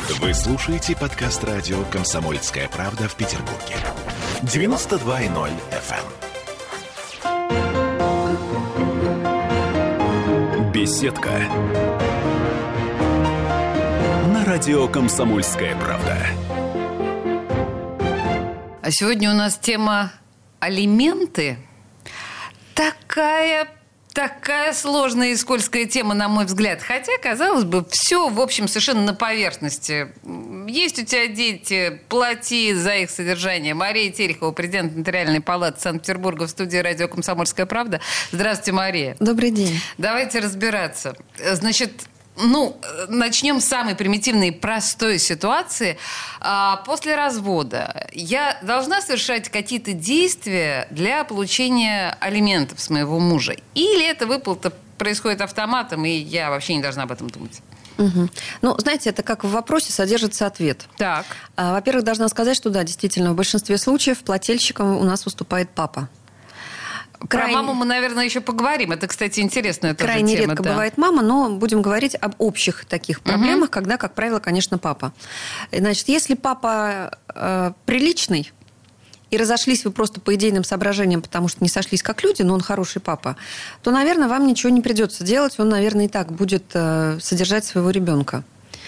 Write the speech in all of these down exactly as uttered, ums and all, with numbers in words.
Вы слушаете подкаст радио «Комсомольская правда» в Петербурге. девяносто два и ноль эф эм. Беседка. На радио «Комсомольская правда». А сегодня у нас тема алименты. Такая... Такая сложная и скользкая тема, на мой взгляд. Хотя, казалось бы, все, в общем, совершенно на поверхности. Есть у тебя дети, плати за их содержание. Мария Терехова, президент Нотариальной палаты Санкт-Петербурга, в студии радио «Комсомольская правда». Здравствуйте, Мария. Добрый день. Давайте разбираться. Значит... Ну, начнем с самой примитивной и простой ситуации. После развода я должна совершать какие-то действия для получения алиментов с моего мужа? Или эта выплата происходит автоматом, и я вообще не должна об этом думать? Угу. Ну, знаете, это как в вопросе содержится ответ. Так. Во-первых, должна сказать, что да, действительно, в большинстве случаев плательщиком у нас выступает папа. Крайне... Про маму мы, наверное, еще поговорим. Это, кстати, интересная тоже Крайне тема. редко да. бывает мама, но будем говорить об общих таких проблемах, угу. когда, как правило, конечно, папа. Значит, если папа э, приличный, и разошлись вы просто по идейным соображениям, потому что не сошлись как люди, но он хороший папа, то, наверное, вам ничего не придется делать. Он, наверное, и так будет э, содержать своего ребенка.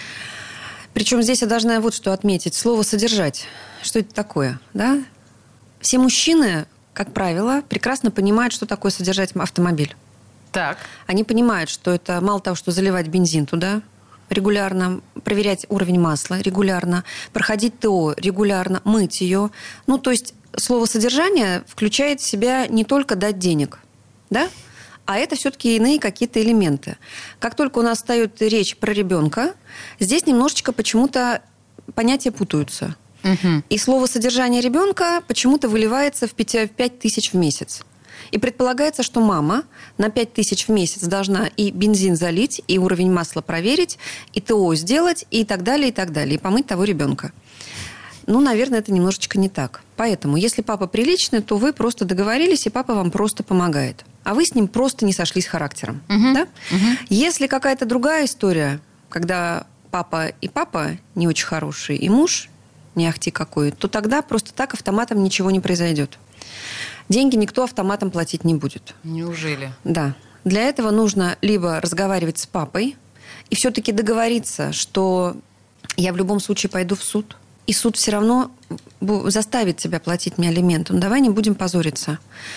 Причем здесь я должна вот что отметить. Слово «содержать». Что это такое? Да? Все мужчины... как правило, прекрасно понимают, что такое содержать автомобиль. Так. Они понимают, что это мало того, что заливать бензин туда регулярно, проверять уровень масла регулярно, проходить ТО регулярно, мыть ее. Ну, то есть слово «содержание» включает в себя не только дать денег, да? А это все-таки иные какие-то элементы. Как только у нас встает речь про ребенка, здесь немножечко почему-то понятия путаются. Угу. И слово «содержание ребенка» почему-то выливается в пять тысяч в месяц. И предполагается, что мама на пять тысяч в месяц должна и бензин залить, и уровень масла проверить, и ТО сделать, и так далее, и так далее, и помыть того ребенка. Ну, наверное, это немножечко не так. Поэтому, если папа приличный, то вы просто договорились, и папа вам просто помогает. А вы с ним просто не сошлись характером. Угу. Да? Угу. Если какая-то другая история, когда папа и папа не очень хорошие, и муж... не ахти какой, то тогда просто так автоматом ничего не произойдет. Деньги никто автоматом платить не будет. Неужели? Да. Для этого нужно либо разговаривать с папой и все-таки договориться, что я в любом случае пойду в суд, и суд все равно заставит тебя платить мне алименты. Ну, давай не будем позориться.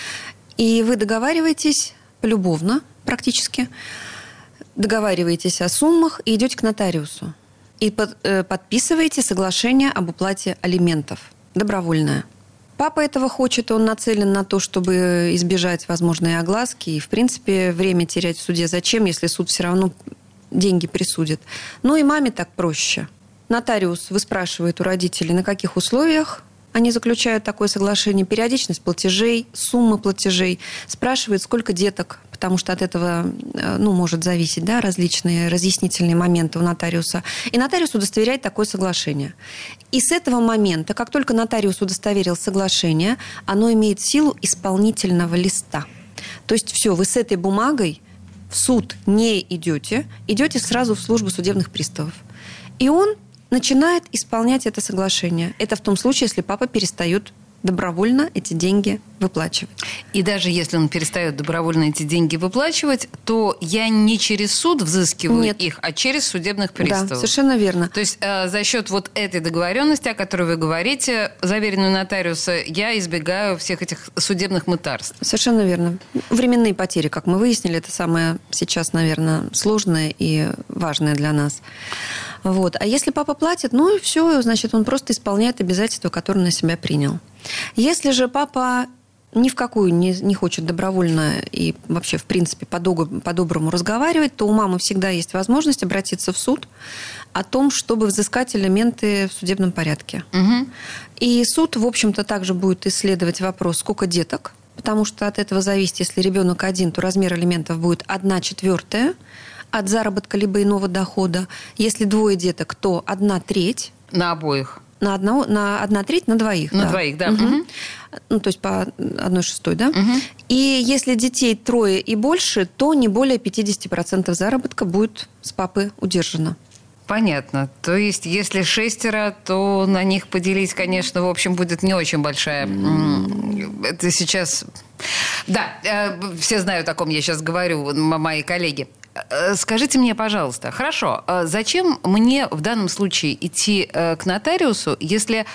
И вы договариваетесь полюбовно практически, договариваетесь о суммах и идете к нотариусу. И под, э, подписываете соглашение об уплате алиментов. Добровольное. Папа этого хочет, он нацелен на то, чтобы избежать возможной огласки. И, в принципе, время терять в суде зачем, если суд все равно деньги присудит. Ну и маме так проще. Нотариус выспрашивает у родителей, на каких условиях они заключают такое соглашение, периодичность платежей, сумма платежей, спрашивает, сколько деток, потому что от этого ну, может зависеть да, различные разъяснительные моменты у нотариуса. И нотариус удостоверяет такое соглашение. И с этого момента, как только нотариус удостоверил соглашение, оно имеет силу исполнительного листа. То есть все, вы с этой бумагой в суд не идете, идете сразу в службу судебных приставов. И он начинает исполнять это соглашение. Это в том случае, если папа перестает добровольно эти деньги выплачивать. И даже если он перестает добровольно эти деньги выплачивать, то я не через суд взыскиваю Нет. их, а через судебных приставов. Да, совершенно верно. То есть э, за счет вот этой договоренности, о которой вы говорите, заверенную нотариуса, я избегаю всех этих судебных мытарств. Совершенно верно. Временные потери, как мы выяснили, это самое сейчас, наверное, сложное и важное для нас. Вот. А если папа платит, ну и все, значит, он просто исполняет обязательства, которые на себя принял. Если же папа ни в какую не, не хочет добровольно и вообще, в принципе, по-доброму разговаривать, то у мамы всегда есть возможность обратиться в суд о том, чтобы взыскать алименты в судебном порядке. Угу. И суд, в общем-то, также будет исследовать вопрос, сколько деток, потому что от этого зависит, если ребенок один, то размер алиментов будет одна четвертая от заработка либо иного дохода. Если двое деток, то одна треть. На обоих? На, одного, на одна треть на двоих. На да. двоих, да. Угу. Угу. Ну, то есть по одной шестой, да? Угу. И если детей трое и больше, то не более пятьдесят процентов заработка будет с папы удержано. Понятно. То есть, если шестеро, то на них поделить, конечно, в общем, будет не очень большая... Mm. Это сейчас... Да, все знают, о ком я сейчас говорю, мои коллеги. Скажите мне, пожалуйста, хорошо, зачем мне в данном случае идти к нотариусу, если...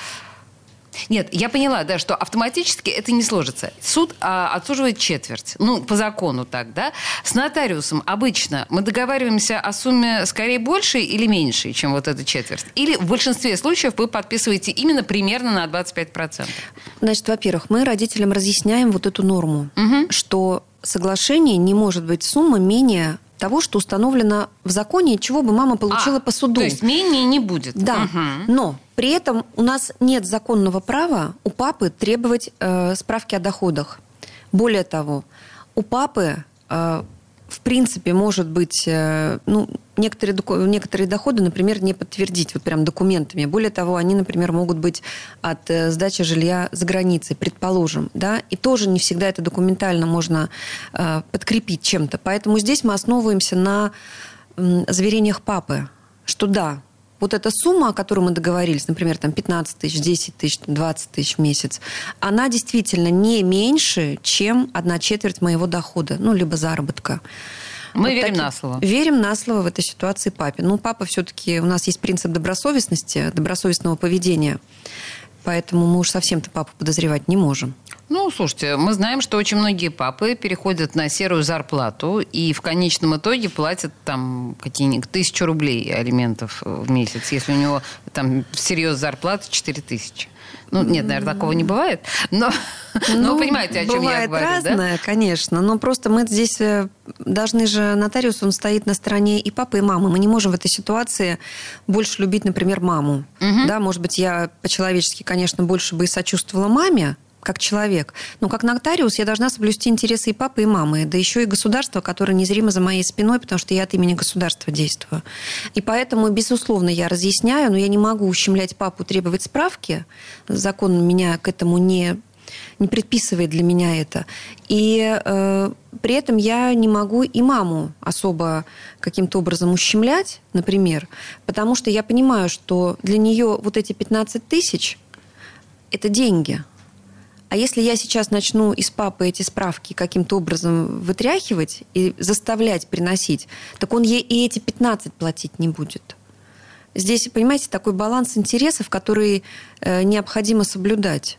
Нет, я поняла, да, что автоматически это не сложится. Суд а, отсуживает четверть. Ну, по закону так, да. С нотариусом обычно мы договариваемся о сумме скорее большей или меньшей, чем вот эта четверть? Или в большинстве случаев вы подписываете именно примерно на двадцать пять процентов? Значит, во-первых, мы родителям разъясняем вот эту норму, угу. что соглашение не может быть сумма менее... того, что установлено в законе, чего бы мама получила а, по суду. То есть менее не будет. Да, угу. Но при этом у нас нет законного права у папы требовать э, справки о доходах. Более того, у папы э, в принципе может быть э, ну, некоторые, некоторые доходы, например, не подтвердить вот прям документами. Более того, они, например, могут быть от э, сдачи жилья за границей, предположим, да, и тоже не всегда это документально можно э, подкрепить чем-то. Поэтому здесь мы основываемся на э, заверениях папы, что да, вот эта сумма, о которой мы договорились, например, там пятнадцать тысяч, десять тысяч, двадцать тысяч в месяц, она действительно не меньше, чем одна четверть моего дохода, ну, либо заработка. Мы вот верим таки... на слово. Верим на слово в этой ситуации папе. Ну, папа все-таки... У нас есть принцип добросовестности, добросовестного поведения. Поэтому мы уж совсем-то папу подозревать не можем. Ну, слушайте, мы знаем, что очень многие папы переходят на серую зарплату и в конечном итоге платят там какие-нибудь тысячу рублей алиментов в месяц, если у него там всерьез зарплата четыре тысячи. Ну, нет, наверное, такого не бывает, но, ну, но вы понимаете, о чем я говорю, бывает разное, да? Конечно, но просто мы здесь должны же, нотариус, он стоит на стороне и папы, и мамы. Мы не можем в этой ситуации больше любить, например, маму. Угу. Да, может быть, я по-человечески, конечно, больше бы и сочувствовала маме, как человек. Но как нотариус я должна соблюсти интересы и папы, и мамы, да еще и государства, которое незримо за моей спиной, потому что я от имени государства действую. И поэтому, безусловно, я разъясняю, но я не могу ущемлять папу, требовать справки. Закон меня к этому не, не предписывает для меня это. И э, при этом я не могу и маму особо каким-то образом ущемлять, например, потому что я понимаю, что для нее вот эти пятнадцать тысяч – это деньги. А если я сейчас начну из папы эти справки каким-то образом вытряхивать и заставлять приносить, так он ей и эти пятнадцать платить не будет. Здесь, понимаете, такой баланс интересов, который э, необходимо соблюдать.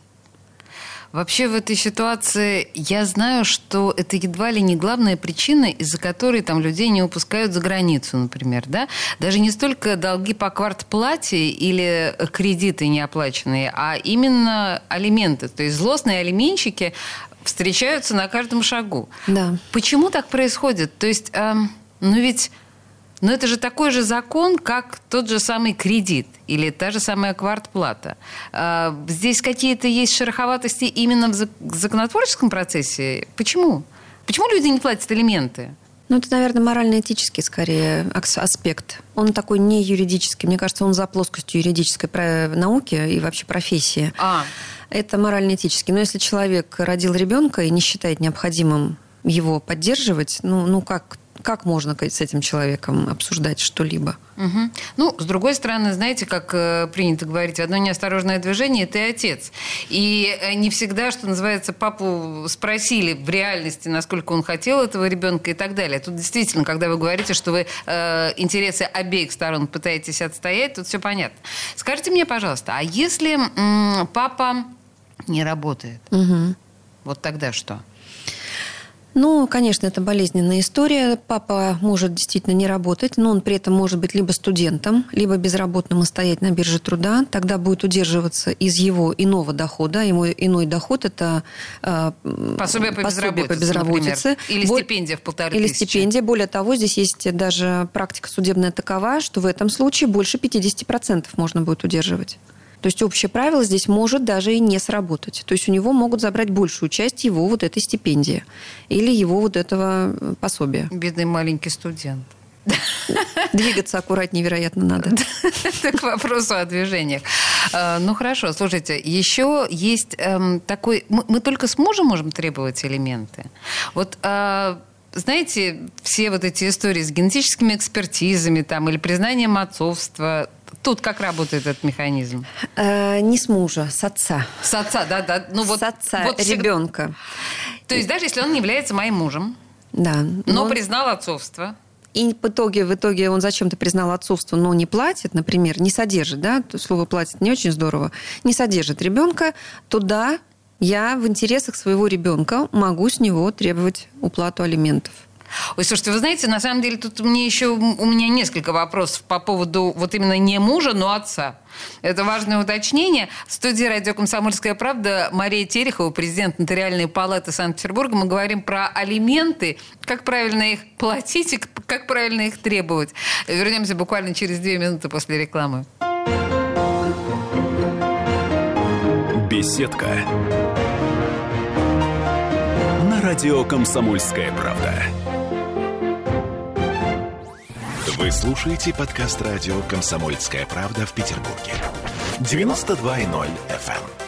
Вообще в этой ситуации я знаю, что это едва ли не главная причина, из-за которой там людей не выпускают за границу, например, да? Даже не столько долги по квартплате или кредиты неоплаченные, а именно алименты. То есть злостные алименщики встречаются на каждом шагу. Да. Почему так происходит? То есть, э, ну ведь... Но это же такой же закон, как тот же самый кредит или та же самая квартплата. Здесь какие-то есть шероховатости именно в законотворческом процессе. Почему? Почему люди не платят алименты? Ну, это, наверное, морально-этический, скорее, аспект. Он такой не юридический. Мне кажется, он за плоскостью юридической науки и вообще профессии. А. Это морально-этический. Но если человек родил ребенка и не считает необходимым его поддерживать, ну, ну как... Как можно с этим человеком обсуждать что-либо? Угу. Ну, с другой стороны, знаете, как э, принято говорить, одно неосторожное движение – ты отец. И не всегда, что называется, папу спросили в реальности, насколько он хотел этого ребенка и так далее. Тут действительно, когда вы говорите, что вы э, интересы обеих сторон пытаетесь отстоять, тут все понятно. Скажите мне, пожалуйста, а если м, папа не работает, угу. вот тогда что? Ну, конечно, это болезненная история. Папа может действительно не работать, но он при этом может быть либо студентом, либо безработным и стоять на бирже труда. Тогда будет удерживаться из его иного дохода. Ему иной доход – это э, пособие по пособие безработице, по безработице. Например. Или Бо... стипендия в полторы Или тысячи. стипендия. Более того, здесь есть даже практика судебная такова, что в этом случае больше пятьдесят процентов можно будет удерживать. То есть общее правило здесь может даже и не сработать. То есть у него могут забрать большую часть его вот этой стипендии или его вот этого пособия. Бедный маленький студент. Двигаться аккуратнее, вероятно, надо. Это к вопросу о движениях. Ну, хорошо, слушайте, еще есть такой... Мы только с мужем можем требовать элементы. Вот... знаете, все вот эти истории с генетическими экспертизами там, или признанием отцовства, тут как работает этот механизм? Э, не с мужа, с отца. С отца, да, да. Ну, вот, с отца вот ребенка. Всегда... То есть даже если он не является моим мужем, да, но он... признал отцовство. И в итоге, в итоге он зачем-то признал отцовство, но не платит, например, не содержит, да, слово «платит» не очень здорово, не содержит ребенка, то да, я в интересах своего ребенка могу с него требовать уплату алиментов. Ой, слушайте, вы знаете, на самом деле тут мне еще, у меня несколько вопросов по поводу вот именно не мужа, но отца. Это важное уточнение. В студии радио «Комсомольская правда» Мария Терехова, президент Нотариальной палаты Санкт-Петербурга. Мы говорим про алименты, как правильно их платить и как правильно их требовать. Вернемся буквально через две минуты после рекламы. Беседка. На радио «Комсомольская правда». Вы слушаете подкаст радио «Комсомольская правда» в Петербурге. девяносто два и ноль эф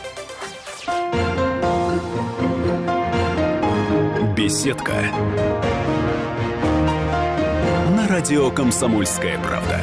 эм. Беседка. На радио «Комсомольская правда».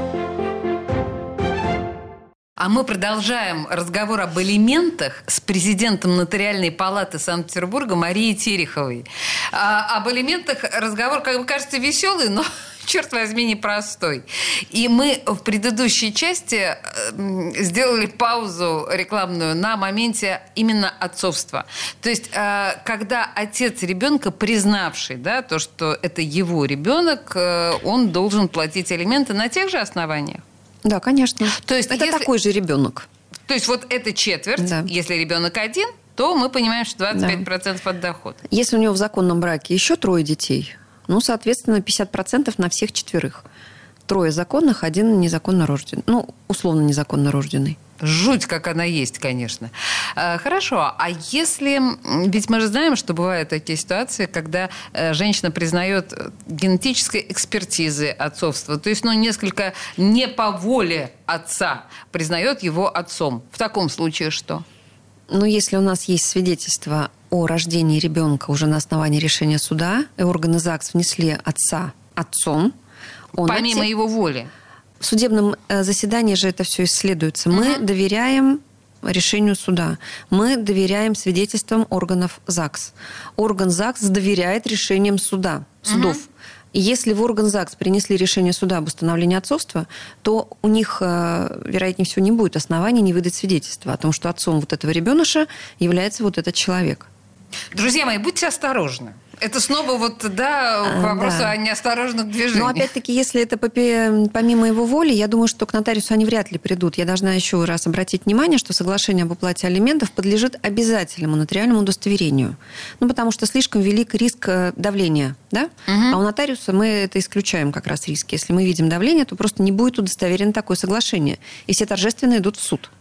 А мы продолжаем разговор об алиментах с президентом Нотариальной палаты Санкт-Петербурга Марией Тереховой. А, об алиментах разговор, как бы кажется, веселый, но, черт возьми, непростой. И мы в предыдущей части сделали паузу рекламную на моменте именно отцовства. То есть, когда отец ребенка, признавший, да, то, что это его ребенок, он должен платить алименты на тех же основаниях. Да, конечно. То есть, это если... такой же ребенок. То есть вот это четверть, да. Если ребенок один, то мы понимаем, что двадцать пять процентов да. от дохода. Если у него в законном браке еще трое детей, ну, соответственно, пятьдесят процентов на всех четверых. Трое законных, один незаконно рожденный. Ну, условно незаконно рожденный. Жуть, как она есть, конечно. Хорошо, а если... Ведь мы же знаем, что бывают такие ситуации, когда женщина признает генетической экспертизы отцовства, то есть, ну, несколько не по воле отца признает его отцом. В таком случае что? Ну, если у нас есть свидетельство о рождении ребенка уже на основании решения суда, и органы ЗАГС внесли отца отцом, он помимо отец... его воли. В судебном заседании же это все исследуется. Мы uh-huh. доверяем решению суда. Мы доверяем свидетельствам органов ЗАГС. Орган ЗАГС доверяет решениям суда, судов. Uh-huh. И если в орган ЗАГС принесли решение суда об установлении отцовства, то у них, вероятнее всего, не будет оснований не выдать свидетельство о том, что отцом вот этого ребеныша является вот этот человек. Друзья мои, будьте осторожны. Это снова вот, да, к вопросу да. о неосторожных движениях. Но опять-таки, если это помимо его воли, я думаю, что к нотариусу они вряд ли придут. Я должна еще раз обратить внимание, что соглашение об уплате алиментов подлежит обязательному нотариальному удостоверению. Ну, потому что слишком велик риск давления, да? Угу. А у нотариуса мы это исключаем как раз риски. Если мы видим давление, то просто не будет удостоверено такое соглашение. И все торжественно идут в суд.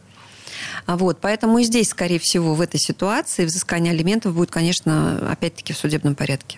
Вот, поэтому и здесь, скорее всего, в этой ситуации взыскание алиментов будет, конечно, опять-таки в судебном порядке.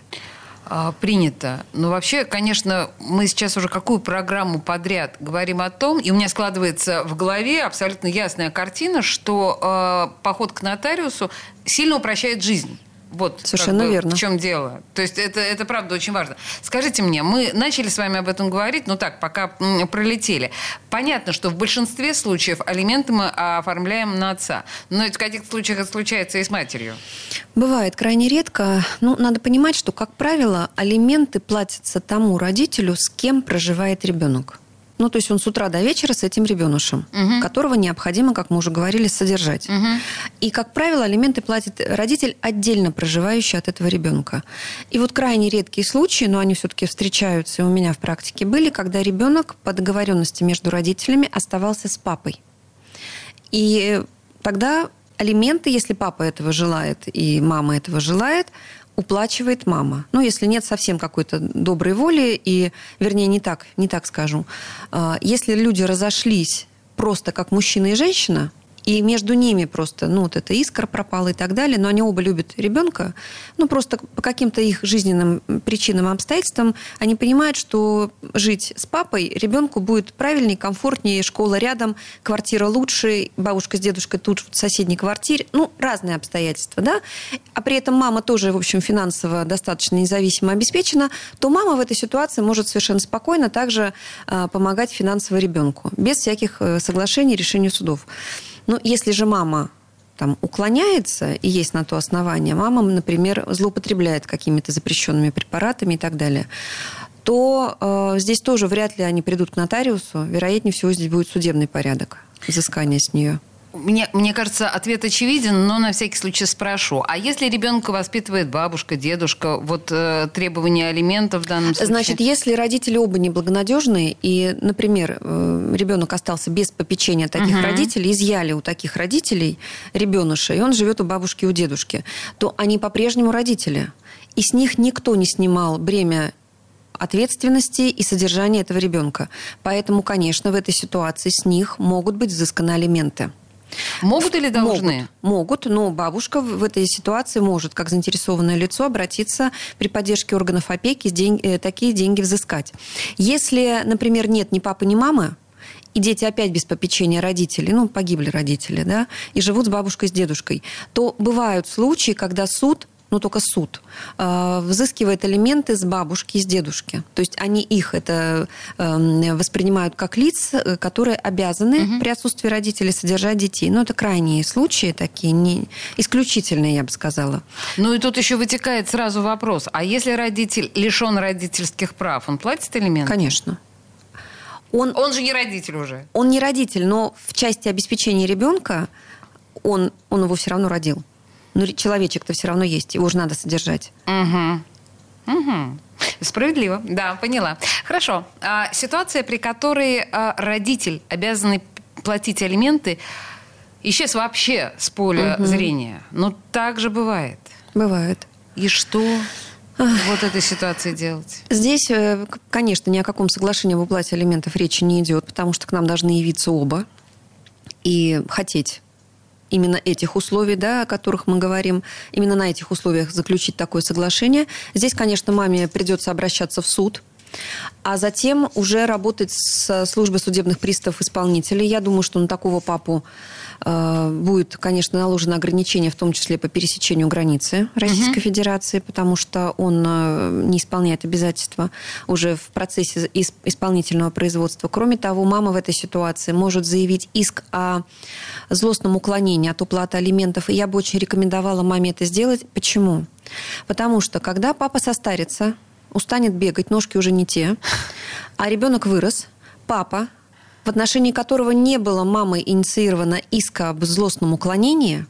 Принято. Но вообще, конечно, мы сейчас уже какую программу подряд говорим о том, и у меня складывается в голове абсолютно ясная картина, что э, поход к нотариусу сильно упрощает жизнь. Вот совершенно как бы верно. В чем дело. То есть это, это правда очень важно. Скажите мне, мы начали с вами об этом говорить, ну так, пока пролетели. Понятно, что в большинстве случаев алименты мы оформляем на отца. Но ведь в каких-то случаях это случается и с матерью. Бывает крайне редко. Ну, надо понимать, что, как правило, алименты платятся тому родителю, с кем проживает ребенок. Ну, то есть он с утра до вечера с этим ребенышем, угу. которого необходимо, как мы уже говорили, содержать. Угу. И, как правило, алименты платит родитель, отдельно проживающий от этого ребенка. И вот крайне редкие случаи, но они все-таки встречаются и у меня в практике были, когда ребенок по договоренности между родителями оставался с папой. И тогда алименты, если папа этого желает и мама этого желает, уплачивает мама. Ну, если нет совсем какой-то доброй воли, и, вернее, не так, не так скажу. Если люди разошлись просто как мужчина и женщина, и между ними просто, ну, вот эта искра пропала и так далее, но они оба любят ребенка, ну, просто по каким-то их жизненным причинам и обстоятельствам они понимают, что жить с папой ребенку будет правильнее, комфортнее, школа рядом, квартира лучше, бабушка с дедушкой тут в соседней квартире, ну, разные обстоятельства, да, а при этом мама тоже, в общем, финансово достаточно независимо обеспечена, то мама в этой ситуации может совершенно спокойно также э, помогать финансово ребенку, без всяких соглашений, решений судов. Но если же мама там уклоняется, и есть на то основание, мама, например, злоупотребляет какими-то запрещенными препаратами и так далее, то э, здесь тоже вряд ли они придут к нотариусу. Вероятнее всего, здесь будет судебный порядок взыскания с нее. Мне, мне кажется, ответ очевиден, но на всякий случай спрошу. А если ребенка воспитывает бабушка, дедушка, вот э, требования алиментов в данном случае? Значит, если родители оба неблагонадежные, и, например, э, ребенок остался без попечения таких угу. родителей, изъяли у таких родителей ребеныша, и он живет у бабушки, у дедушки, то они по-прежнему родители. И с них никто не снимал бремя ответственности и содержания этого ребенка. Поэтому, конечно, в этой ситуации с них могут быть взысканы алименты. Могут или должны? Могут, могут, но бабушка в этой ситуации может, как заинтересованное лицо, обратиться при поддержке органов опеки, деньги, такие деньги взыскать. Если, например, нет ни папы, ни мамы, и дети опять без попечения родителей, ну, погибли родители, да, и живут с бабушкой, с дедушкой, то бывают случаи, когда суд, ну, только суд, э, взыскивает алименты с бабушки и с дедушки. То есть они их это э, воспринимают как лиц, которые обязаны угу. при отсутствии родителей содержать детей. Но это крайние случаи такие, не, исключительные, я бы сказала. Ну и тут еще вытекает сразу вопрос. А если родитель лишен родительских прав, он платит алименты? Конечно. Он, он же не родитель уже. Он не родитель, но в части обеспечения ребенка он, он его все равно родил. Но человечек-то все равно есть, его же надо содержать. Угу. Угу. Справедливо, да, поняла. Хорошо. А ситуация, при которой а, родитель обязан платить алименты, исчез вообще с поля угу. зрения. Но так же бывает. Бывает. И что вот этой ситуации делать? Здесь, конечно, ни о каком соглашении об уплате алиментов речи не идет, потому что к нам должны явиться оба и хотеть именно этих условий, да, о которых мы говорим, именно на этих условиях заключить такое соглашение. Здесь, конечно, маме придется обращаться в суд, а затем уже работать с службой судебных приставов исполнителей. Я думаю, что на такого папу э, будет, конечно, наложено ограничение, в том числе по пересечению границы Российской угу. Федерации, потому что он э, не исполняет обязательства уже в процессе исполнительного производства. Кроме того, мама в этой ситуации может заявить иск о злостном уклонении от уплаты алиментов. И я бы очень рекомендовала маме это сделать. Почему? Потому что, когда папа состарится, устанет бегать, ножки уже не те, а ребенок вырос, папа, в отношении которого не было мамой инициировано иска об злостном уклонении,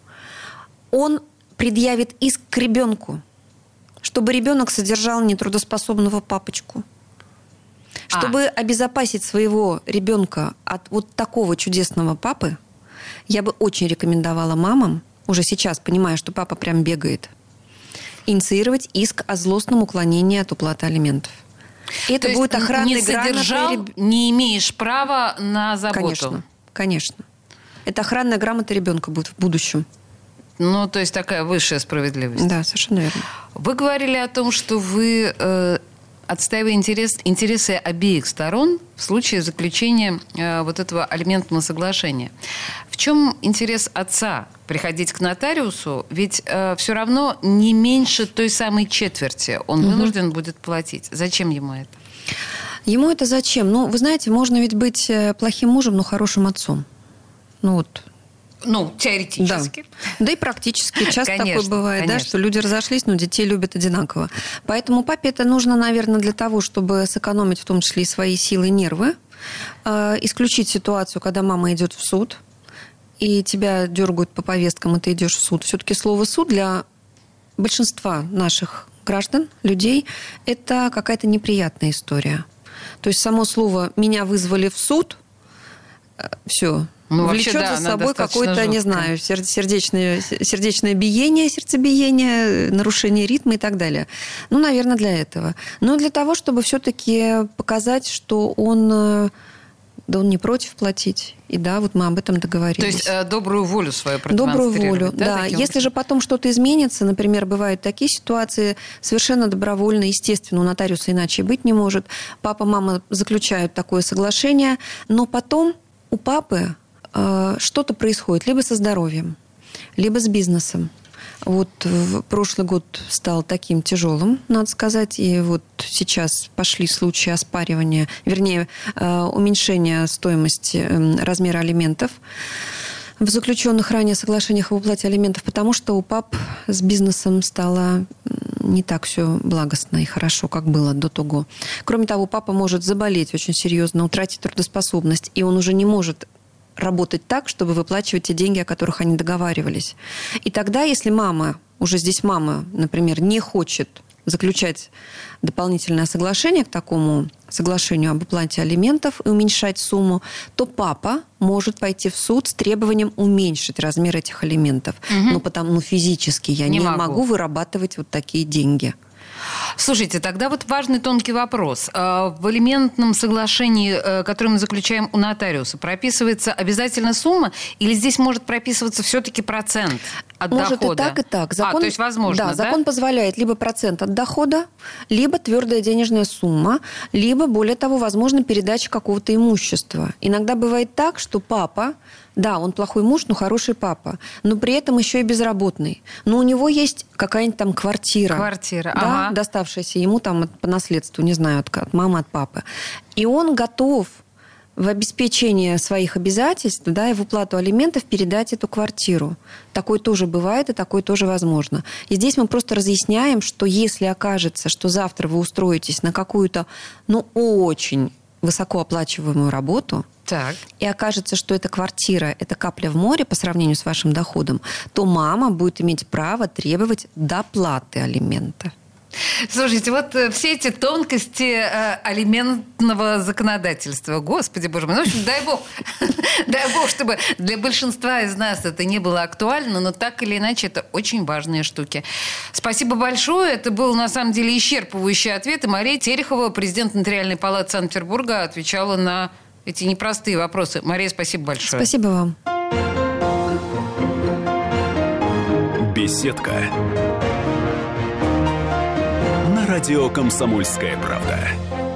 он предъявит иск к ребенку, чтобы ребенок содержал нетрудоспособного папочку. Чтобы а. обезопасить своего ребенка от вот такого чудесного папы, я бы очень рекомендовала мамам, уже сейчас понимая, что папа прям бегает, инициировать иск о злостном уклонении от уплаты алиментов. И это будет охранной не содержал, грамотой... не имеешь права на заботу. Конечно, конечно. Это охранная грамота ребенка будет в будущем. Ну, то есть такая высшая справедливость. Да, совершенно верно. Вы говорили о том, что вы э, отстаиваете интерес, интересы обеих сторон в случае заключения э, вот этого алиментного соглашения. В чем интерес отца приходить к нотариусу? Ведь э, все равно не меньше той самой четверти он угу. вынужден будет платить. Зачем ему это? Ему это зачем? Ну, вы знаете, можно ведь быть плохим мужем, но хорошим отцом. Ну вот. Ну, теоретически. Да, да и практически. Часто конечно, такое бывает, конечно. Да, что люди разошлись, но детей любят одинаково. Поэтому папе это нужно, наверное, для того, чтобы сэкономить в том числе и свои силы и нервы, э, исключить ситуацию, когда мама идет в суд, и тебя дергают по повесткам, и ты идешь в суд. Все-таки слово «суд» для большинства наших граждан, людей, это какая-то неприятная история. То есть само слово «меня вызвали в суд», все, ну, влечет вообще, да, за собой какое-то, жутко. Не знаю, сердечное, сердечное биение, сердцебиение, нарушение ритма и так далее. Ну, наверное, для этого. Но для того, чтобы все-таки показать, что он да он не против платить. И да, вот мы об этом договорились. То есть э, добрую волю свою продемонстрировать. Добрую волю, да. да. Если образом? же потом что-то изменится, например, бывают такие ситуации, совершенно добровольно, естественно, у нотариуса иначе быть не может. Папа, мама заключают такое соглашение, но потом у папы э, что-то происходит либо со здоровьем, либо с бизнесом. Вот в прошлый год стал таким тяжелым, надо сказать, и вот сейчас пошли случаи оспаривания, вернее, уменьшения стоимости размера алиментов в заключенных ранее соглашениях об уплате алиментов, потому что у пап с бизнесом стало не так все благостно и хорошо, как было до того. Кроме того, папа может заболеть очень серьезно, утратить трудоспособность, и он уже не может работать так, чтобы выплачивать те деньги, о которых они договаривались. И тогда, если мама, уже здесь мама, например, не хочет заключать дополнительное соглашение к такому соглашению об уплате алиментов и уменьшать сумму, то папа может пойти в суд с требованием уменьшить размер этих алиментов. Угу. Ну, потому, ну, физически я не, не могу. могу вырабатывать вот такие деньги. Слушайте, тогда вот важный тонкий вопрос. В алиментном соглашении, которое мы заключаем у нотариуса, прописывается обязательно сумма или здесь может прописываться все-таки процент от может дохода? Может и так, и так. Закон, а, то есть возможно, да, да? Закон позволяет либо процент от дохода, либо твердая денежная сумма, либо, более того, возможно, передача какого-то имущества. Иногда бывает так, что папа, да, он плохой муж, но хороший папа, но при этом еще и безработный. Но у него есть какая-нибудь там квартира. Квартира, да, ага. доставшаяся ему там по наследству, не знаю, от, от мамы, от папы. И он готов в обеспечение своих обязательств, да, и в уплату алиментов передать эту квартиру. Такое тоже бывает, и такое тоже возможно. И здесь мы просто разъясняем, что если окажется, что завтра вы устроитесь на какую-то, ну, очень высокооплачиваемую работу, так. и окажется, что эта квартира – это капля в море по сравнению с вашим доходом, то мама будет иметь право требовать доплаты алимента. Слушайте, вот все эти тонкости э, алиментного законодательства, господи, боже мой, ну, в общем, дай бог, дай бог, чтобы для большинства из нас это не было актуально, но так или иначе это очень важные штуки. Спасибо большое, это был на самом деле исчерпывающий ответ, и Мария Терехова, президент Нотариальной палаты Санкт-Петербурга, отвечала на эти непростые вопросы. Мария, спасибо большое. Спасибо вам. Беседка. На радио «Комсомольская правда».